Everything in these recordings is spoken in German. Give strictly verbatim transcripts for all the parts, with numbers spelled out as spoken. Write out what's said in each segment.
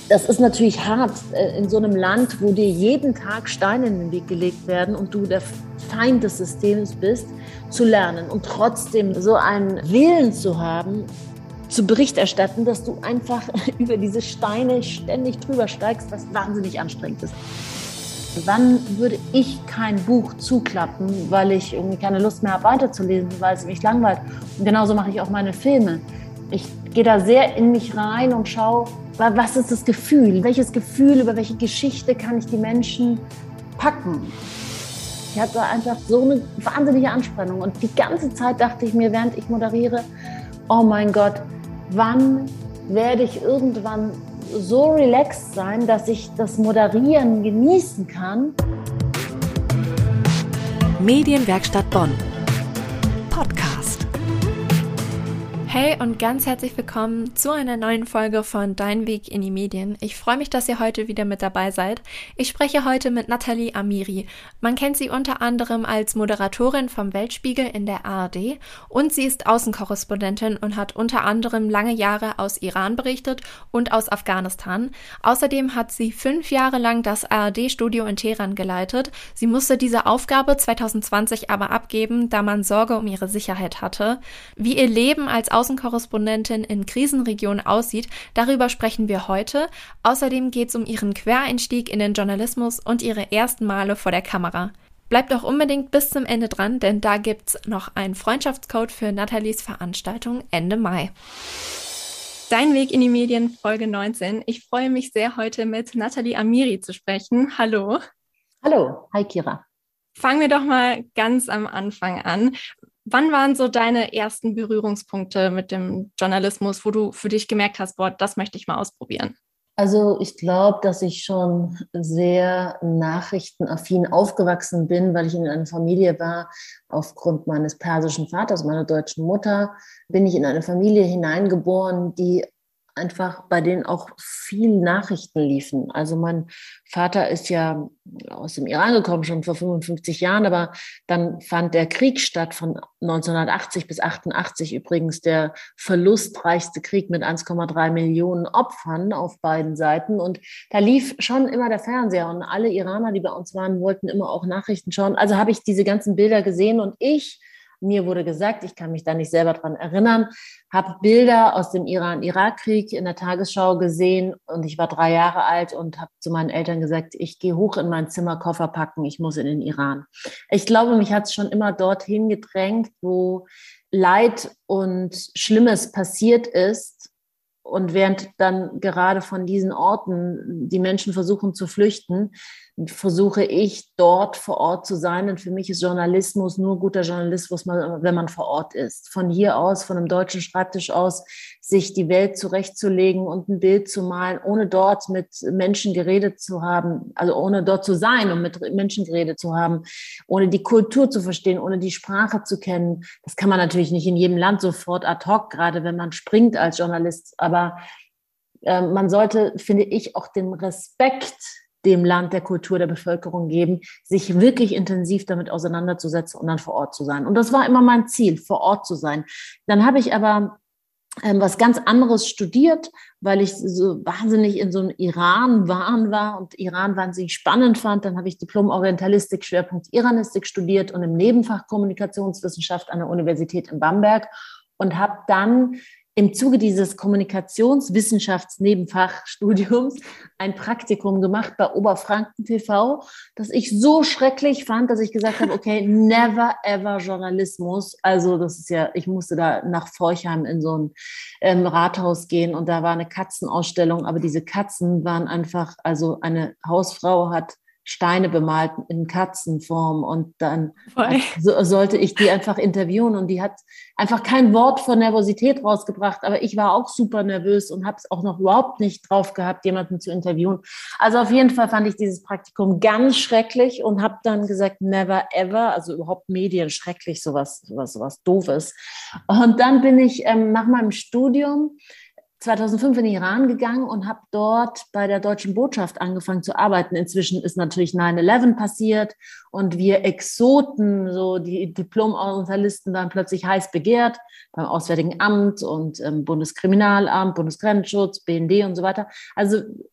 Das ist natürlich hart, in so einem Land, wo dir jeden Tag Steine in den Weg gelegt werden und du der Feind des Systems bist, zu lernen und trotzdem so einen Willen zu haben, zu Bericht erstatten, dass du einfach über diese Steine ständig drüber steigst, was wahnsinnig anstrengend ist. Wann würde ich kein Buch zuklappen, weil ich irgendwie keine Lust mehr habe, weiterzulesen, weil es mich langweilt? Und genauso mache ich auch meine Filme. Ich gehe da sehr in mich rein und schaue, was ist das Gefühl? Welches Gefühl, über welche Geschichte kann ich die Menschen packen? Ich hatte einfach so eine wahnsinnige Anspannung. Und die ganze Zeit dachte ich mir, während ich moderiere, oh mein Gott, wann werde ich irgendwann so relaxed sein, dass ich das Moderieren genießen kann? Medienwerkstatt Bonn. Podcast. Hey und ganz herzlich willkommen zu einer neuen Folge von Dein Weg in die Medien. Ich freue mich, dass ihr heute wieder mit dabei seid. Ich spreche heute mit Nathalie Amiri. Man kennt sie unter anderem als Moderatorin vom Weltspiegel in der A R D und sie ist Außenkorrespondentin und hat unter anderem lange Jahre aus Iran berichtet und aus Afghanistan. Außerdem hat sie fünf Jahre lang das A R D-Studio in Teheran geleitet. Sie musste diese Aufgabe zwanzig zwanzig aber abgeben, da man Sorge um ihre Sicherheit hatte. Wie ihr Leben als Außenkorrespondentin in Krisenregionen aussieht, darüber sprechen wir heute. Außerdem geht es um ihren Quereinstieg in den Journalismus und ihre ersten Male vor der Kamera. Bleibt auch unbedingt bis zum Ende dran, denn da gibt's noch einen Freundschaftscode für Nathalies Veranstaltung Ende Mai. Dein Weg in die Medien, Folge neunzehn. Ich freue mich sehr, heute mit Nathalie Amiri zu sprechen. Hallo. Hallo, hi Kira. Fangen wir doch mal ganz am Anfang an. Wann waren so deine ersten Berührungspunkte mit dem Journalismus, wo du für dich gemerkt hast, boah, das möchte ich mal ausprobieren? Also ich glaube, dass ich schon sehr nachrichtenaffin aufgewachsen bin, weil ich in einer Familie war. Aufgrund meines persischen Vaters, meiner deutschen Mutter, bin ich in eine Familie hineingeboren, die einfach bei denen auch viel Nachrichten liefen. Also mein Vater ist ja aus dem Iran gekommen, schon vor fünfundfünfzig Jahren, aber dann fand der Krieg statt von neunzehnhundertachtzig bis achtundachtzig, übrigens der verlustreichste Krieg mit eins Komma drei Millionen Opfern auf beiden Seiten. Und da lief schon immer der Fernseher und alle Iraner, die bei uns waren, wollten immer auch Nachrichten schauen. Also habe ich diese ganzen Bilder gesehen und ich, mir wurde gesagt, ich kann mich da nicht selber dran erinnern, habe Bilder aus dem Iran-Irak-Krieg in der Tagesschau gesehen und ich war drei Jahre alt und habe zu meinen Eltern gesagt, ich gehe hoch in mein Zimmer, Koffer packen, ich muss in den Iran. Ich glaube, mich hat es schon immer dorthin gedrängt, wo Leid und Schlimmes passiert ist. Und während dann gerade von diesen Orten die Menschen versuchen zu flüchten, versuche ich dort vor Ort zu sein. Und für mich ist Journalismus nur guter Journalismus, wenn man vor Ort ist. Von hier aus, von einem deutschen Schreibtisch aus, sich die Welt zurechtzulegen und ein Bild zu malen, ohne dort mit Menschen geredet zu haben, also ohne dort zu sein und mit Menschen geredet zu haben, ohne die Kultur zu verstehen, ohne die Sprache zu kennen. Das kann man natürlich nicht in jedem Land sofort ad hoc, gerade wenn man springt als Journalist. Aber äh, man sollte, finde ich, auch den Respekt dem Land, der Kultur, der Bevölkerung geben, sich wirklich intensiv damit auseinanderzusetzen und dann vor Ort zu sein. Und das war immer mein Ziel, vor Ort zu sein. Dann habe ich aber ähm, was ganz anderes studiert, weil ich so wahnsinnig in so einem Iran-Wahn war und Iran wahnsinnig spannend fand. Dann habe ich Diplom-Orientalistik, Schwerpunkt Iranistik studiert und im Nebenfach Kommunikationswissenschaft an der Universität in Bamberg und habe dann im Zuge dieses Kommunikationswissenschafts-Nebenfachstudiums ein Praktikum gemacht bei Oberfranken T V, das ich so schrecklich fand, dass ich gesagt habe, okay, never ever Journalismus. Also das ist ja, ich musste da nach Forchheim in so ein ähm, Rathaus gehen und da war eine Katzenausstellung, aber diese Katzen waren einfach, also eine Hausfrau hat Steine bemalt in Katzenform und dann so, sollte ich die einfach interviewen und die hat einfach kein Wort von Nervosität rausgebracht, aber ich war auch super nervös und habe es auch noch überhaupt nicht drauf gehabt, jemanden zu interviewen. Also auf jeden Fall fand ich dieses Praktikum ganz schrecklich und habe dann gesagt, never ever, also überhaupt Medien schrecklich, sowas, sowas, sowas Doofes. Und dann bin ich ähm, nach meinem Studium zweitausendfünf in den Iran gegangen und habe dort bei der Deutschen Botschaft angefangen zu arbeiten. Inzwischen ist natürlich neun elf passiert und wir Exoten, so die Diplom-Orientalisten, waren plötzlich heiß begehrt beim Auswärtigen Amt und ähm, Bundeskriminalamt, Bundesgrenzschutz, B N D und so weiter. Also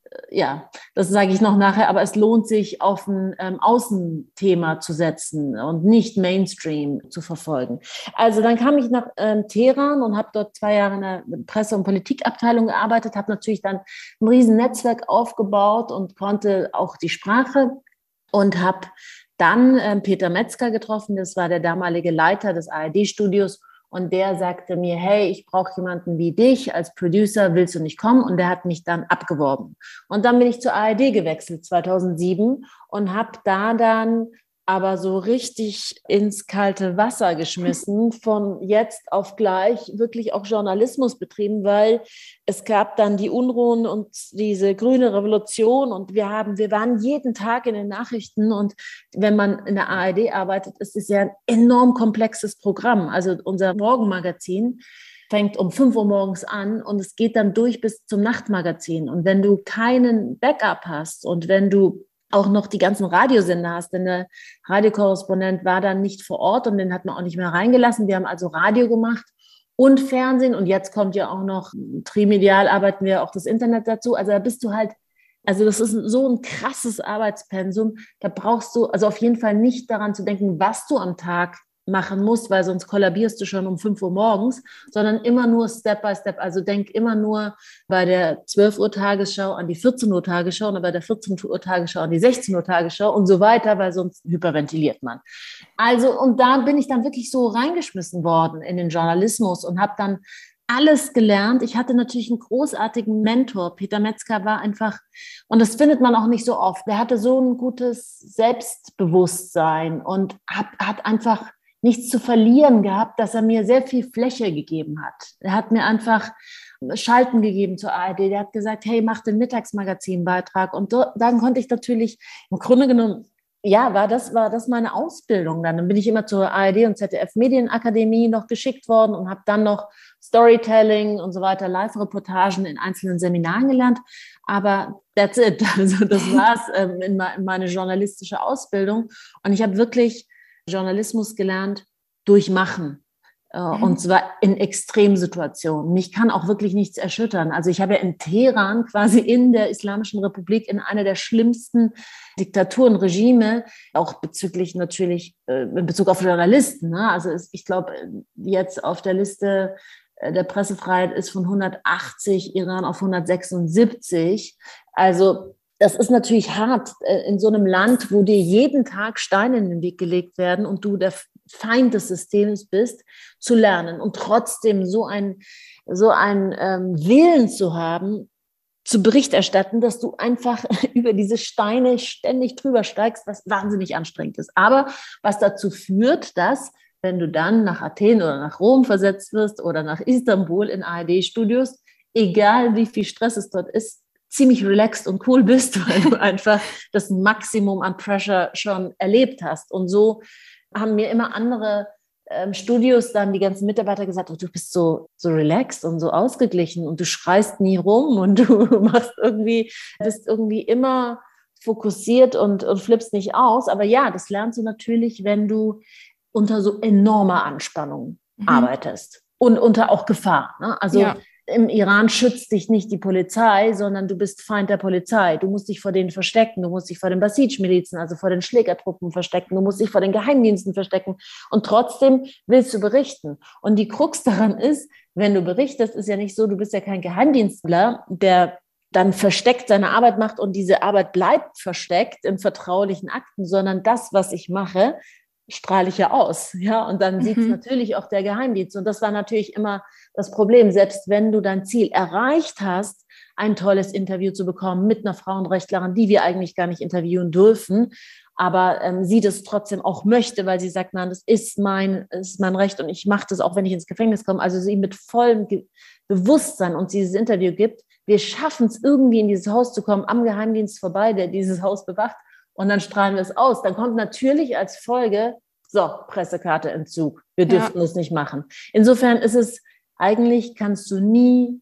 ja, das sage ich noch nachher, aber es lohnt sich, auf ein ähm, Außenthema zu setzen und nicht Mainstream zu verfolgen. Also dann kam ich nach ähm, Teheran und habe dort zwei Jahre in der Presse- und Politikabteilung gearbeitet, habe natürlich dann ein riesen Netzwerk aufgebaut und konnte auch die Sprache und habe dann ähm, Peter Metzger getroffen, das war der damalige Leiter des A R D-Studios. Und der sagte mir, hey, ich brauche jemanden wie dich als Producer, willst du nicht kommen? Und der hat mich dann abgeworben. Und dann bin ich zur A R D gewechselt, zweitausendsieben, und habe da dann aber so richtig ins kalte Wasser geschmissen, von jetzt auf gleich wirklich auch Journalismus betrieben, weil es gab dann die Unruhen und diese grüne Revolution und wir haben, wir waren jeden Tag in den Nachrichten und wenn man in der A R D arbeitet, ist es ja ein enorm komplexes Programm. Also unser Morgenmagazin fängt um fünf Uhr morgens an und es geht dann durch bis zum Nachtmagazin. Und wenn du keinen Backup hast und wenn du auch noch die ganzen Radiosender hast, denn der Radiokorrespondent war dann nicht vor Ort und den hat man auch nicht mehr reingelassen. Wir haben also Radio gemacht und Fernsehen und jetzt kommt ja auch noch, trimedial arbeiten wir auch das Internet dazu. Also da bist du halt, also das ist so ein krasses Arbeitspensum, da brauchst du also auf jeden Fall nicht daran zu denken, was du am Tag machen musst, weil sonst kollabierst du schon um fünf Uhr morgens, sondern immer nur Step by Step. Also denk immer nur bei der zwölf Uhr Tagesschau an die vierzehn Uhr Tagesschau und bei der vierzehn Uhr Tagesschau an die sechzehn Uhr Tagesschau und so weiter, weil sonst hyperventiliert man. Also und da bin ich dann wirklich so reingeschmissen worden in den Journalismus und habe dann alles gelernt. Ich hatte natürlich einen großartigen Mentor. Peter Metzger war einfach, und das findet man auch nicht so oft, der hatte so ein gutes Selbstbewusstsein und hat, hat einfach nichts zu verlieren gehabt, dass er mir sehr viel Fläche gegeben hat. Er hat mir einfach Schalten gegeben zur A R D. Der hat gesagt, hey, mach den Mittagsmagazinbeitrag. Und do, dann konnte ich natürlich, im Grunde genommen, ja, war das, war das meine Ausbildung dann. Dann bin ich immer zur A R D und Z D F Medienakademie noch geschickt worden und habe dann noch Storytelling und so weiter, Live-Reportagen in einzelnen Seminaren gelernt. Aber that's it. Also das war's ähm, in, in meine journalistische Ausbildung. Und ich habe wirklich Journalismus gelernt durch Machen. Mhm. Und zwar in Extremsituationen. Mich kann auch wirklich nichts erschüttern. Also ich habe ja in Teheran, quasi in der Islamischen Republik, in einer der schlimmsten Diktaturen, Regime, auch bezüglich natürlich, in Bezug auf Journalisten. Ne? Also ich glaube, jetzt auf der Liste der Pressefreiheit ist von hundertachtzig Iran auf hundertsechsundsiebzig. Also das ist natürlich hart, in so einem Land, wo dir jeden Tag Steine in den Weg gelegt werden und du der Feind des Systems bist, zu lernen und trotzdem so ein, so ein ähm, Willen zu haben, zu Bericht erstatten, dass du einfach über diese Steine ständig drüber steigst, was wahnsinnig anstrengend ist. Aber was dazu führt, dass, wenn du dann nach Athen oder nach Rom versetzt wirst oder nach Istanbul in A R D-Studios, egal wie viel Stress es dort ist, ziemlich relaxed und cool bist, weil du einfach das Maximum an Pressure schon erlebt hast. Und so haben mir immer andere ähm, Studios dann die ganzen Mitarbeiter gesagt, oh, du bist so, so relaxed und so ausgeglichen und du schreist nie rum und du machst irgendwie, bist irgendwie immer fokussiert und, und flippst nicht aus. Aber ja, das lernst du natürlich, wenn du unter so enormer Anspannung mhm. arbeitest und unter auch Gefahr. Ne? Also ja. Im Iran schützt dich nicht die Polizei, sondern du bist Feind der Polizei. Du musst dich vor denen verstecken, du musst dich vor den Basij-Milizen, also vor den Schlägertruppen verstecken, du musst dich vor den Geheimdiensten verstecken und trotzdem willst du berichten. Und die Krux daran ist, wenn du berichtest, ist ja nicht so, du bist ja kein Geheimdienstler, der dann versteckt seine Arbeit macht und diese Arbeit bleibt versteckt in vertraulichen Akten, sondern das, was ich mache, strahle ich ja aus, ja, und dann mhm. sieht es natürlich auch der Geheimdienst. Und das war natürlich immer das Problem, selbst wenn du dein Ziel erreicht hast, ein tolles Interview zu bekommen mit einer Frauenrechtlerin, die wir eigentlich gar nicht interviewen dürfen, aber ähm, sie das trotzdem auch möchte, weil sie sagt, nein, das ist mein, das ist mein Recht und ich mache das auch, wenn ich ins Gefängnis komme. Also sie mit vollem Ge- Bewusstsein uns dieses Interview gibt. Wir schaffen es irgendwie in dieses Haus zu kommen, am Geheimdienst vorbei, der dieses Haus bewacht. Und dann strahlen wir es aus. Dann kommt natürlich als Folge, so, Pressekarteentzug. Wir dürften ja. es nicht machen. Insofern ist es, eigentlich kannst du nie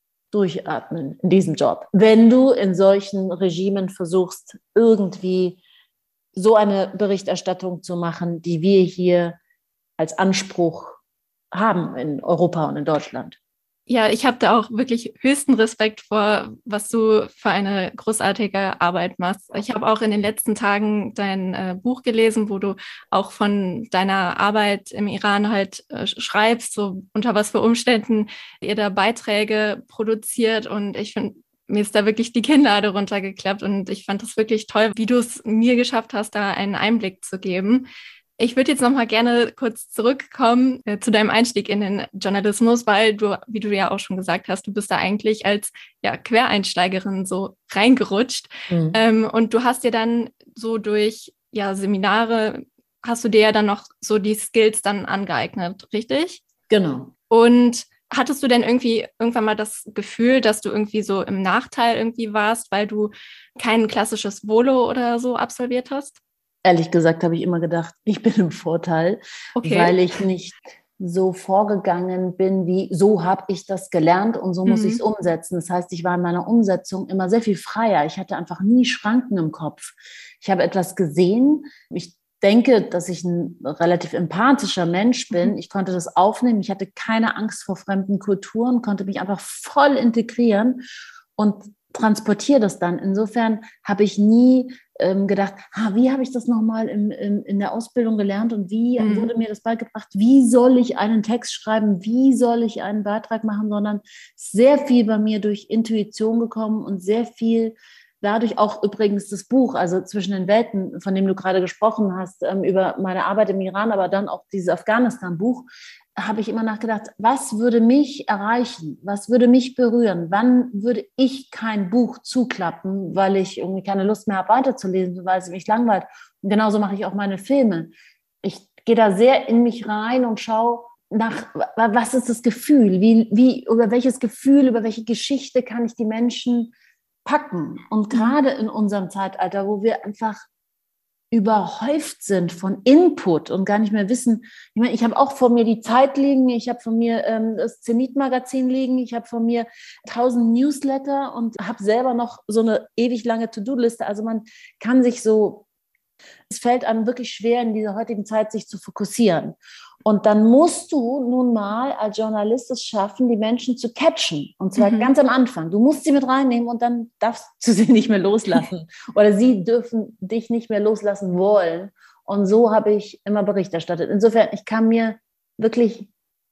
durchatmen in diesem Job. Wenn du in solchen Regimen versuchst, irgendwie so eine Berichterstattung zu machen, die wir hier als Anspruch haben in Europa und in Deutschland. Ja, ich habe da auch wirklich höchsten Respekt vor, was du für eine großartige Arbeit machst. Ich habe auch in den letzten Tagen dein äh, Buch gelesen, wo du auch von deiner Arbeit im Iran halt äh, schreibst, so unter was für Umständen ihr da Beiträge produziert. Und ich finde, mir ist da wirklich die Kinnlade runtergeklappt und ich fand das wirklich toll, wie du es mir geschafft hast, da einen Einblick zu geben. Ich würde jetzt noch mal gerne kurz zurückkommen äh, zu deinem Einstieg in den Journalismus, weil du, wie du ja auch schon gesagt hast, du bist da eigentlich als ja, Quereinsteigerin so reingerutscht. Mhm. Ähm, und du hast dir dann so durch ja, Seminare, hast du dir ja dann noch so die Skills dann angeeignet, richtig? Genau. Und hattest du denn irgendwie irgendwann mal das Gefühl, dass du irgendwie so im Nachteil irgendwie warst, weil du kein klassisches Volo oder so absolviert hast? Ehrlich gesagt habe ich immer gedacht, ich bin im Vorteil, okay. Weil ich nicht so vorgegangen bin, wie so habe ich das gelernt und so mhm. muss ich es umsetzen. Das heißt, ich war in meiner Umsetzung immer sehr viel freier. Ich hatte einfach nie Schranken im Kopf. Ich habe etwas gesehen. Ich denke, dass ich ein relativ empathischer Mensch bin. Ich konnte das aufnehmen. Ich hatte keine Angst vor fremden Kulturen, konnte mich einfach voll integrieren und transportiere das dann. Insofern habe ich nie ähm, gedacht, ah, wie habe ich das nochmal in, in, in der Ausbildung gelernt und wie mhm. wurde mir das beigebracht, wie soll ich einen Text schreiben, wie soll ich einen Beitrag machen, sondern sehr viel bei mir durch Intuition gekommen und sehr viel dadurch auch übrigens das Buch, also Zwischen den Welten, von dem du gerade gesprochen hast, ähm, über meine Arbeit im Iran, aber dann auch dieses Afghanistan-Buch, habe ich immer nachgedacht, was würde mich erreichen, was würde mich berühren, wann würde ich kein Buch zuklappen, weil ich irgendwie keine Lust mehr habe, weiterzulesen, weil es mich langweilt. Und genauso mache ich auch meine Filme. Ich gehe da sehr in mich rein und schaue nach, was ist das Gefühl, wie, wie, über welches Gefühl, über welche Geschichte kann ich die Menschen packen. Und gerade in unserem Zeitalter, wo wir einfach überhäuft sind von Input und gar nicht mehr wissen. Ich meine, ich habe auch vor mir die Zeit liegen, ich habe vor mir ähm, das Zenit-Magazin liegen, ich habe vor mir tausend Newsletter und habe selber noch so eine ewig lange To-Do-Liste. Also man kann sich so, es fällt einem wirklich schwer in dieser heutigen Zeit, sich zu fokussieren. Und dann musst du nun mal als Journalist es schaffen, die Menschen zu catchen. Und zwar mhm. ganz am Anfang. Du musst sie mit reinnehmen und dann darfst du sie nicht mehr loslassen. Oder sie dürfen dich nicht mehr loslassen wollen. Und so habe ich immer Bericht erstattet. Insofern, ich kam mir wirklich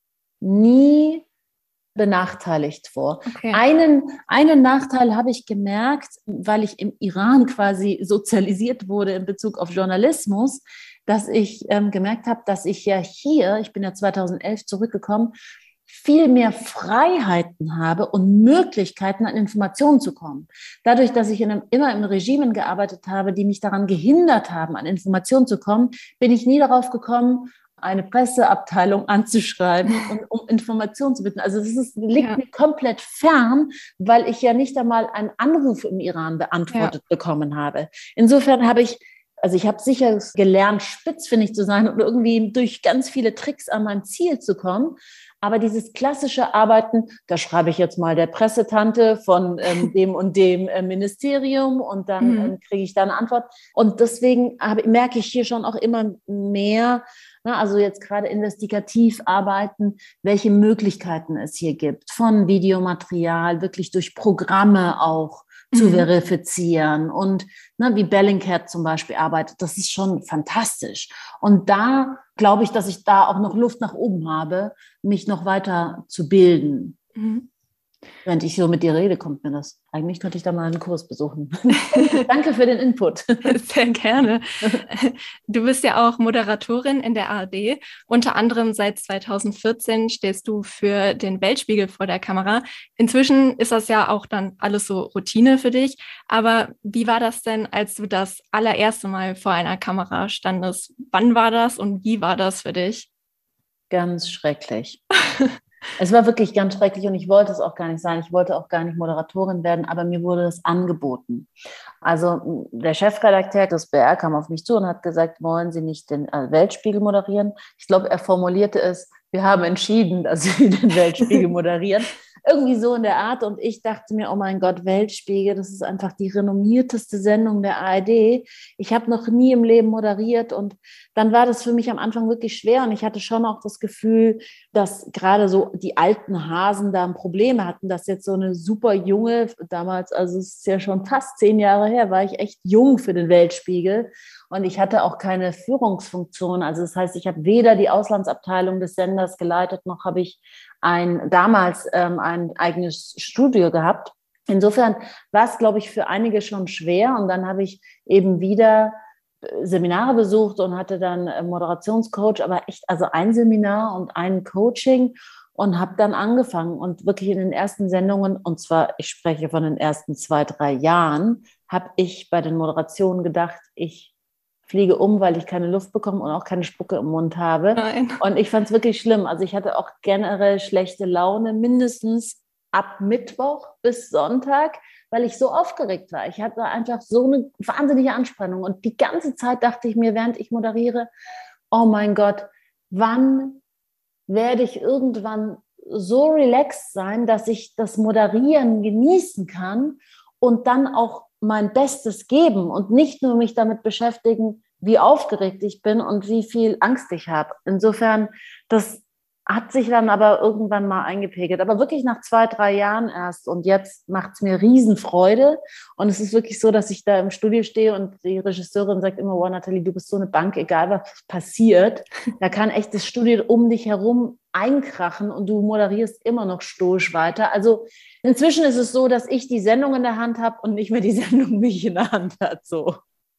nie benachteiligt vor. Okay. Einen, einen Nachteil habe ich gemerkt, weil ich im Iran quasi sozialisiert wurde in Bezug auf Journalismus, dass ich ähm, gemerkt habe, dass ich ja hier, ich bin ja zweitausendelf zurückgekommen, viel mehr Freiheiten habe und Möglichkeiten, an Informationen zu kommen. Dadurch, dass ich in einem, immer in Regimen gearbeitet habe, die mich daran gehindert haben, an Informationen zu kommen, bin ich nie darauf gekommen, eine Presseabteilung anzuschreiben und um Informationen zu bitten. Also das ist, liegt ja. mir komplett fern, weil ich ja nicht einmal einen Anruf im Iran beantwortet ja. bekommen habe. Insofern habe ich Also ich habe sicher gelernt, spitzfindig zu sein und irgendwie durch ganz viele Tricks an mein Ziel zu kommen. Aber dieses klassische Arbeiten, da schreibe ich jetzt mal der Pressetante von ähm, dem und dem äh, Ministerium und dann mhm. ähm, kriege ich da eine Antwort. Und deswegen habe, merke ich hier schon auch immer mehr, na, also jetzt gerade investigativ arbeiten, welche Möglichkeiten es hier gibt, von Videomaterial, wirklich durch Programme auch zu mhm. verifizieren und ne, wie Bellingcat zum Beispiel arbeitet, das ist schon fantastisch. Und da glaube ich, dass ich da auch noch Luft nach oben habe, mich noch weiter zu bilden. Mhm. Während ich so mit dir rede, kommt mir das. Eigentlich könnte ich da mal einen Kurs besuchen. Danke für den Input. Sehr gerne. Du bist ja auch Moderatorin in der A R D. Unter anderem seit zweitausendvierzehn stehst du für den Weltspiegel vor der Kamera. Inzwischen ist das ja auch dann alles so Routine für dich. Aber wie war das denn, als du das allererste Mal vor einer Kamera standest? Wann war das und wie war das für dich? Ganz schrecklich. Es war wirklich ganz schrecklich und ich wollte es auch gar nicht sein. Ich wollte auch gar nicht Moderatorin werden, aber mir wurde das angeboten. Also der Chefredakteur des B R kam auf mich zu und hat gesagt, wollen Sie nicht den Weltspiegel moderieren? Ich glaube, er formulierte es, wir haben entschieden, dass sie den Weltspiegel moderieren. Irgendwie so in der Art. Und ich dachte mir, oh mein Gott, Weltspiegel, das ist einfach die renommierteste Sendung der A R D. Ich habe noch nie im Leben moderiert. Und dann war das für mich am Anfang wirklich schwer. Und ich hatte schon auch das Gefühl, dass gerade so die alten Hasen da ein Problem hatten, dass jetzt so eine super junge, damals, also es ist ja schon fast zehn Jahre her, war ich echt jung für den Weltspiegel. Und ich hatte auch keine Führungsfunktion. Also das heißt, ich habe weder die Auslandsabteilung des Senders geleitet, noch habe ich ein, damals ähm, ein eigenes Studio gehabt. Insofern war es, glaube ich, für einige schon schwer. Und dann habe ich eben wieder Seminare besucht und hatte dann einen Moderationscoach, aber echt also ein Seminar und ein Coaching und habe dann angefangen. Und wirklich in den ersten Sendungen, und zwar, ich spreche von den ersten zwei, drei Jahren, habe ich bei den Moderationen gedacht, ich fliege um, weil ich keine Luft bekomme und auch keine Spucke im Mund habe. Nein. Und ich fand es wirklich schlimm. Also ich hatte auch generell schlechte Laune, mindestens ab Mittwoch bis Sonntag, weil ich so aufgeregt war. Ich hatte einfach so eine wahnsinnige Anspannung. Und die ganze Zeit dachte ich mir, während ich moderiere, oh mein Gott, wann werde ich irgendwann so relaxed sein, dass ich das Moderieren genießen kann und dann auch mein Bestes geben und nicht nur mich damit beschäftigen, wie aufgeregt ich bin und wie viel Angst ich habe. Insofern, das hat sich dann aber irgendwann mal eingepegelt. Aber wirklich nach zwei, drei Jahren erst. Und jetzt macht es mir Riesenfreude. Und es ist wirklich so, dass ich da im Studio stehe und die Regisseurin sagt immer, wow, Nathalie, du bist so eine Bank, egal was passiert. Da kann echt das Studio um dich herum einkrachen und du moderierst immer noch stoisch weiter. Also inzwischen ist es so, dass ich die Sendung in der Hand habe und nicht mehr die Sendung mich in der Hand hat. So.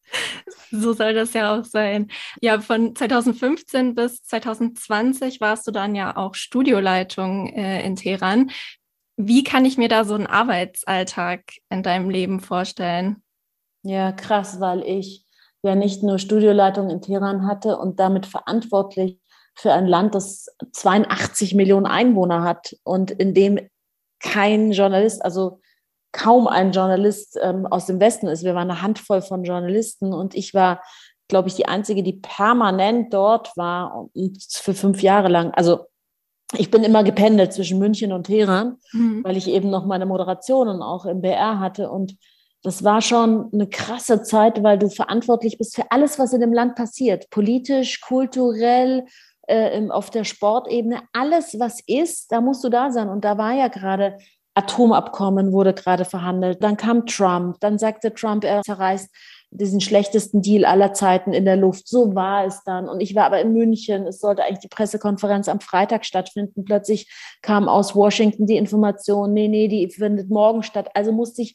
So soll das ja auch sein. Ja, von zwanzig fünfzehn bis zwanzig zwanzig warst du dann ja auch Studioleitung äh, in Teheran. Wie kann ich mir da so einen Arbeitsalltag in deinem Leben vorstellen? Ja, krass, weil ich ja nicht nur Studioleitung in Teheran hatte und damit verantwortlich für ein Land, das zweiundachtzig Millionen Einwohner hat und in dem kein Journalist, also kaum ein Journalist ähm, aus dem Westen ist. Wir waren eine Handvoll von Journalisten und ich war, glaube ich, die Einzige, die permanent dort war für fünf Jahre lang. Also ich bin immer gependelt zwischen München und Teheran, mhm. weil ich eben noch meine Moderationen auch im B R hatte und das war schon eine krasse Zeit, weil du verantwortlich bist für alles, was in dem Land passiert. Politisch, kulturell, äh, auf der Sportebene, alles, was ist, da musst du da sein. Und da war ja gerade Atomabkommen wurde gerade verhandelt. Dann kam Trump. Dann sagte Trump, er zerreißt diesen schlechtesten Deal aller Zeiten in der Luft. So war es dann. Und ich war aber in München. Es sollte eigentlich die Pressekonferenz am Freitag stattfinden. Plötzlich kam aus Washington die Information, nee, nee, die findet morgen statt. Also musste ich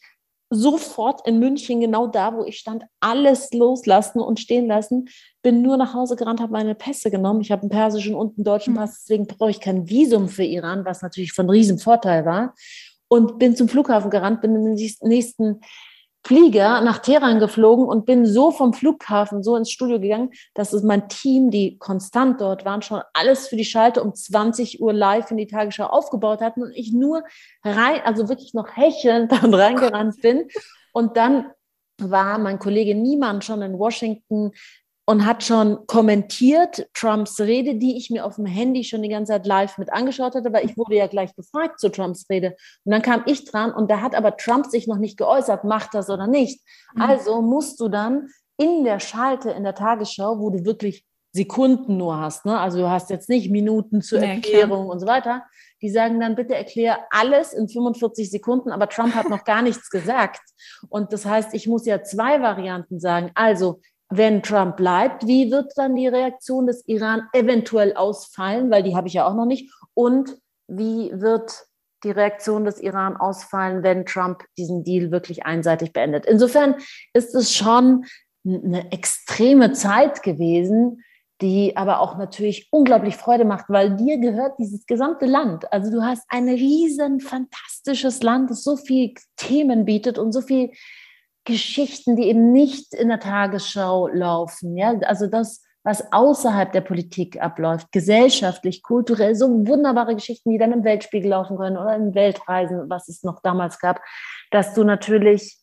sofort in München, genau da, wo ich stand, alles loslassen und stehen lassen. Bin nur nach Hause gerannt, habe meine Pässe genommen. Ich habe einen persischen und einen deutschen Pass, deswegen brauche ich kein Visum für Iran, was natürlich von riesen Vorteil war. Und bin zum Flughafen gerannt, bin in den nächsten Flieger nach Teheran geflogen und bin so vom Flughafen so ins Studio gegangen, dass es mein Team, die konstant dort waren, schon alles für die Schalte um zwanzig Uhr live in die Tagesschau aufgebaut hatten und ich nur rein, also wirklich noch hechelnd dann reingerannt bin. Und dann war mein Kollege Niemann schon in Washington und hat schon kommentiert Trumps Rede, die ich mir auf dem Handy schon die ganze Zeit live mit angeschaut hatte, weil ich wurde ja gleich gefragt zu Trumps Rede. Und dann kam ich dran und da hat aber Trump sich noch nicht geäußert, macht das oder nicht. Mhm. Also musst du dann in der Schalte in der Tagesschau, wo du wirklich Sekunden nur hast, ne? Also du hast jetzt nicht Minuten zur ja, Erklärung klar. Und so weiter, die sagen dann, bitte erklär alles in fünfundvierzig Sekunden, aber Trump hat noch gar nichts gesagt. Und das heißt, ich muss ja zwei Varianten sagen. Also wenn Trump bleibt, wie wird dann die Reaktion des Iran eventuell ausfallen, weil die habe ich ja auch noch nicht, und wie wird die Reaktion des Iran ausfallen, wenn Trump diesen Deal wirklich einseitig beendet. Insofern ist es schon eine extreme Zeit gewesen, die aber auch natürlich unglaublich Freude macht, weil dir gehört dieses gesamte Land. Also du hast ein riesen, fantastisches Land, das so viele Themen bietet und so viel Geschichten, die eben nicht in der Tagesschau laufen. Ja? Also das, was außerhalb der Politik abläuft, gesellschaftlich, kulturell, so wunderbare Geschichten, die dann im Weltspiegel laufen können oder in Weltreisen, was es noch damals gab, dass du natürlich,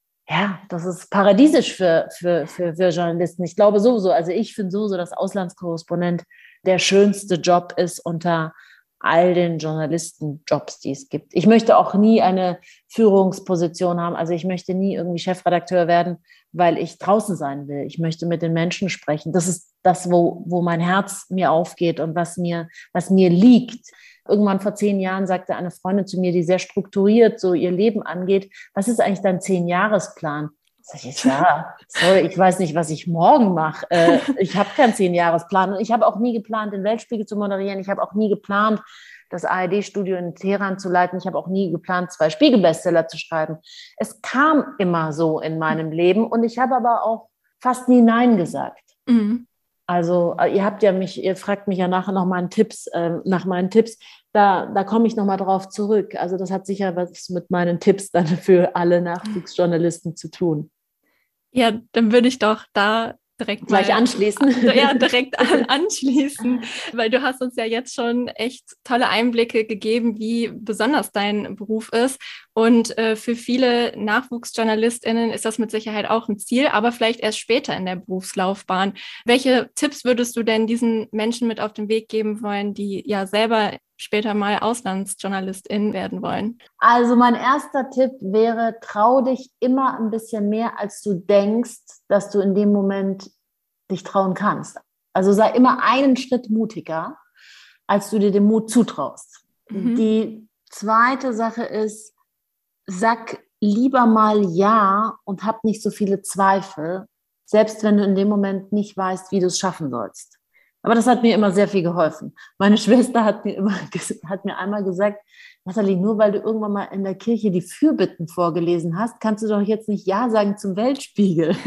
ja, das ist paradiesisch für, für, für, für Journalisten. Ich glaube sowieso, also ich finde sowieso, dass Auslandskorrespondent der schönste Job ist unter all den Journalistenjobs, die es gibt. Ich möchte auch nie eine Führungsposition haben. Also ich möchte nie irgendwie Chefredakteur werden, weil ich draußen sein will. Ich möchte mit den Menschen sprechen. Das ist das, wo, wo mein Herz mir aufgeht und was mir, was mir liegt. Irgendwann vor zehn Jahren sagte eine Freundin zu mir, die sehr strukturiert so ihr Leben angeht, was ist eigentlich dein Zehn-Jahres-Plan? Sag ich, ja, sorry, ich weiß nicht, was ich morgen mache. Äh, ich habe keinen Zehn-Jahres-Plan. Und ich habe auch nie geplant, den Weltspiegel zu moderieren. Ich habe auch nie geplant, das A R D-Studio in Teheran zu leiten. Ich habe auch nie geplant, zwei Spiegel-Bestseller zu schreiben. Es kam immer so in meinem Leben und ich habe aber auch fast nie Nein gesagt. Mhm. Also ihr habt ja mich, ihr fragt mich ja nachher noch mal Tipps, äh, nach meinen Tipps. Da, da komme ich noch mal drauf zurück. Also das hat sicher was mit meinen Tipps dann für alle Nachwuchsjournalisten zu tun. Ja, dann würde ich doch da direkt gleich mal, anschließen. Ja, direkt an, anschließen, weil du hast uns ja jetzt schon echt tolle Einblicke gegeben, wie besonders dein Beruf ist. Und äh, für viele NachwuchsjournalistInnen ist das mit Sicherheit auch ein Ziel, aber vielleicht erst später in der Berufslaufbahn. Welche Tipps würdest du denn diesen Menschen mit auf den Weg geben wollen, die ja selber später mal AuslandsjournalistInnen werden wollen? Also mein erster Tipp wäre, trau dich immer ein bisschen mehr, als du denkst, dass du in dem Moment dich trauen kannst. Also sei immer einen Schritt mutiger, als du dir den Mut zutraust. Mhm. Die zweite Sache ist, sag lieber mal Ja und hab nicht so viele Zweifel, selbst wenn du in dem Moment nicht weißt, wie du es schaffen sollst. Aber das hat mir immer sehr viel geholfen. Meine Schwester hat mir immer hat mir einmal gesagt, Nathalie, nur weil du irgendwann mal in der Kirche die Fürbitten vorgelesen hast, kannst du doch jetzt nicht Ja sagen zum Weltspiegel.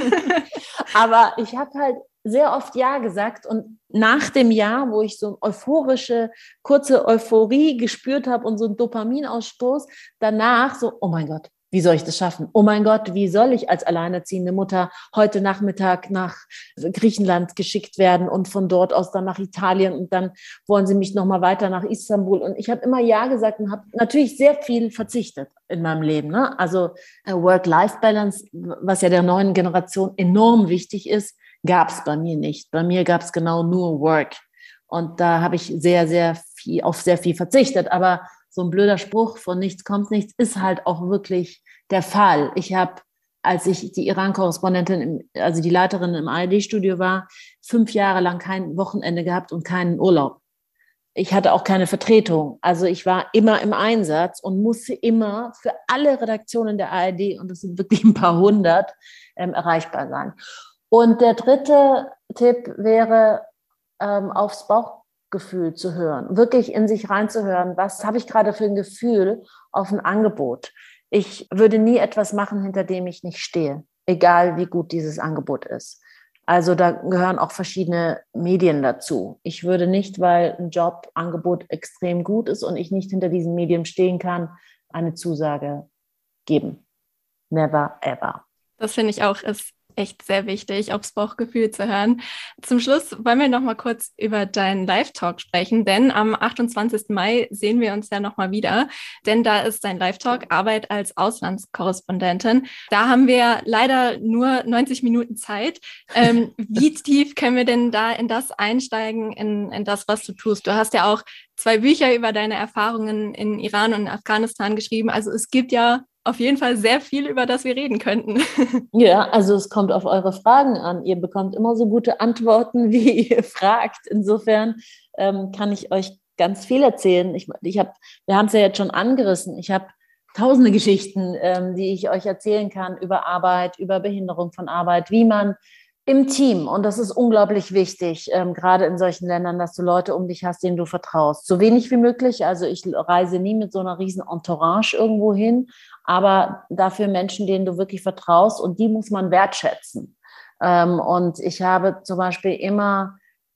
Aber ich habe halt sehr oft Ja gesagt und nach dem Ja, wo ich so eine euphorische, kurze Euphorie gespürt habe und so einen Dopaminausstoß, danach so, oh mein Gott, wie soll ich das schaffen? Oh mein Gott, wie soll ich als alleinerziehende Mutter heute Nachmittag nach Griechenland geschickt werden und von dort aus dann nach Italien und dann wollen sie mich nochmal weiter nach Istanbul. Und ich habe immer Ja gesagt und habe natürlich sehr viel verzichtet in meinem Leben. Ne? Also Work-Life-Balance, was ja der neuen Generation enorm wichtig ist, gab es bei mir nicht. Bei mir gab es genau nur Work. Und da habe ich sehr, sehr viel, auf sehr viel verzichtet. Aber so ein blöder Spruch von nichts kommt nichts ist halt auch wirklich der Fall. Ich habe, als ich die Iran-Korrespondentin, also die Leiterin im A R D-Studio war, fünf Jahre lang kein Wochenende gehabt und keinen Urlaub. Ich hatte auch keine Vertretung. Also ich war immer im Einsatz und musste immer für alle Redaktionen der A R D, und das sind wirklich ein paar hundert, ähm, erreichbar sein. Und der dritte Tipp wäre, ähm, aufs Bauchgefühl zu hören, wirklich in sich reinzuhören. Was habe ich gerade für ein Gefühl auf ein Angebot? Ich würde nie etwas machen, hinter dem ich nicht stehe, egal wie gut dieses Angebot ist. Also da gehören auch verschiedene Medien dazu. Ich würde nicht, weil ein Jobangebot extrem gut ist und ich nicht hinter diesem Medium stehen kann, eine Zusage geben. Never ever. Das finde ich auch ist echt sehr wichtig, aufs Bauchgefühl zu hören. Zum Schluss wollen wir noch mal kurz über deinen Live-Talk sprechen, denn am achtundzwanzigsten Mai sehen wir uns ja noch mal wieder, denn da ist dein Live-Talk Arbeit als Auslandskorrespondentin. Da haben wir leider nur neunzig Minuten Zeit. Ähm, wie tief können wir denn da in das einsteigen, in, in das, was du tust? Du hast ja auch zwei Bücher über deine Erfahrungen in Iran und Afghanistan geschrieben. Also es gibt ja auf jeden Fall sehr viel, über das wir reden könnten. Ja, also es kommt auf eure Fragen an. Ihr bekommt immer so gute Antworten, wie ihr fragt. Insofern ähm, kann ich euch ganz viel erzählen. Ich, ich hab, wir haben es ja jetzt schon angerissen. Ich habe tausende Geschichten, ähm, die ich euch erzählen kann über Arbeit, über Behinderung von Arbeit, wie man im Team, und das ist unglaublich wichtig, ähm, gerade in solchen Ländern, dass du Leute um dich hast, denen du vertraust. So wenig wie möglich, also ich reise nie mit so einer riesen Entourage irgendwo hin, aber dafür Menschen, denen du wirklich vertraust, und die muss man wertschätzen. Ähm, und ich habe zum Beispiel immer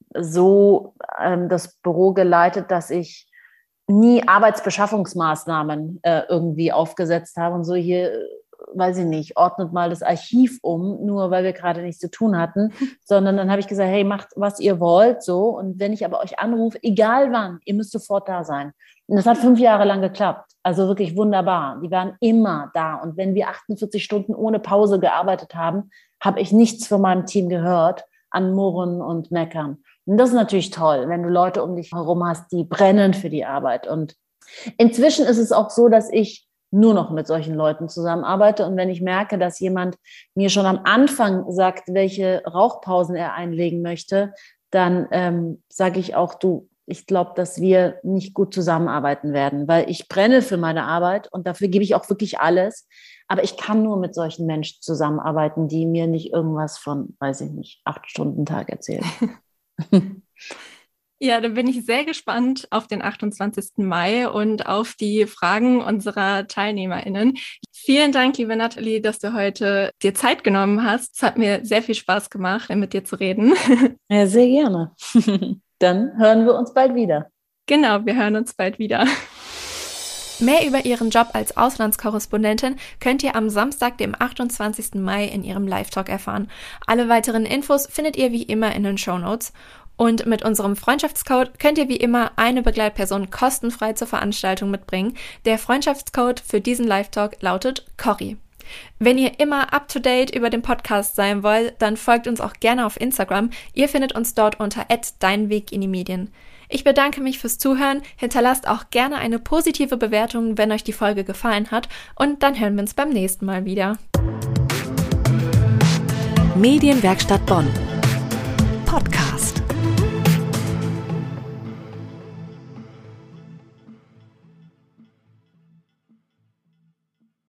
so ähm, das Büro geleitet, dass ich nie Arbeitsbeschaffungsmaßnahmen äh, irgendwie aufgesetzt habe und so hier, weiß ich nicht, ordnet mal das Archiv um, nur weil wir gerade nichts zu tun hatten, sondern dann habe ich gesagt, hey, macht, was ihr wollt, so, und wenn ich aber euch anrufe, egal wann, ihr müsst sofort da sein. Und das hat fünf Jahre lang geklappt, also wirklich wunderbar. Die waren immer da, und wenn wir achtundvierzig Stunden ohne Pause gearbeitet haben, habe ich nichts von meinem Team gehört an Murren und Meckern. Und das ist natürlich toll, wenn du Leute um dich herum hast, die brennen für die Arbeit. Und inzwischen ist es auch so, dass ich nur noch mit solchen Leuten zusammenarbeite. Und wenn ich merke, dass jemand mir schon am Anfang sagt, welche Rauchpausen er einlegen möchte, dann ähm, sage ich auch, du, ich glaube, dass wir nicht gut zusammenarbeiten werden, weil ich brenne für meine Arbeit und dafür gebe ich auch wirklich alles. Aber ich kann nur mit solchen Menschen zusammenarbeiten, die mir nicht irgendwas von, weiß ich nicht, acht Stunden Tag erzählen. Ja, da bin ich sehr gespannt auf den achtundzwanzigsten Mai und auf die Fragen unserer TeilnehmerInnen. Vielen Dank, liebe Nathalie, dass du heute dir Zeit genommen hast. Es hat mir sehr viel Spaß gemacht, mit dir zu reden. Ja, sehr gerne. Dann hören wir uns bald wieder. Genau, wir hören uns bald wieder. Mehr über ihren Job als Auslandskorrespondentin könnt ihr am Samstag, dem achtundzwanzigsten Mai in ihrem Live-Talk erfahren. Alle weiteren Infos findet ihr wie immer in den Shownotes. Und mit unserem Freundschaftscode könnt ihr wie immer eine Begleitperson kostenfrei zur Veranstaltung mitbringen. Der Freundschaftscode für diesen Live-Talk lautet Corrie. Wenn ihr immer up-to-date über den Podcast sein wollt, dann folgt uns auch gerne auf Instagram. Ihr findet uns dort unter at dein Weg in die Medien. Ich bedanke mich fürs Zuhören, hinterlasst auch gerne eine positive Bewertung, wenn euch die Folge gefallen hat, und dann hören wir uns beim nächsten Mal wieder. Medienwerkstatt Bonn. Podcast.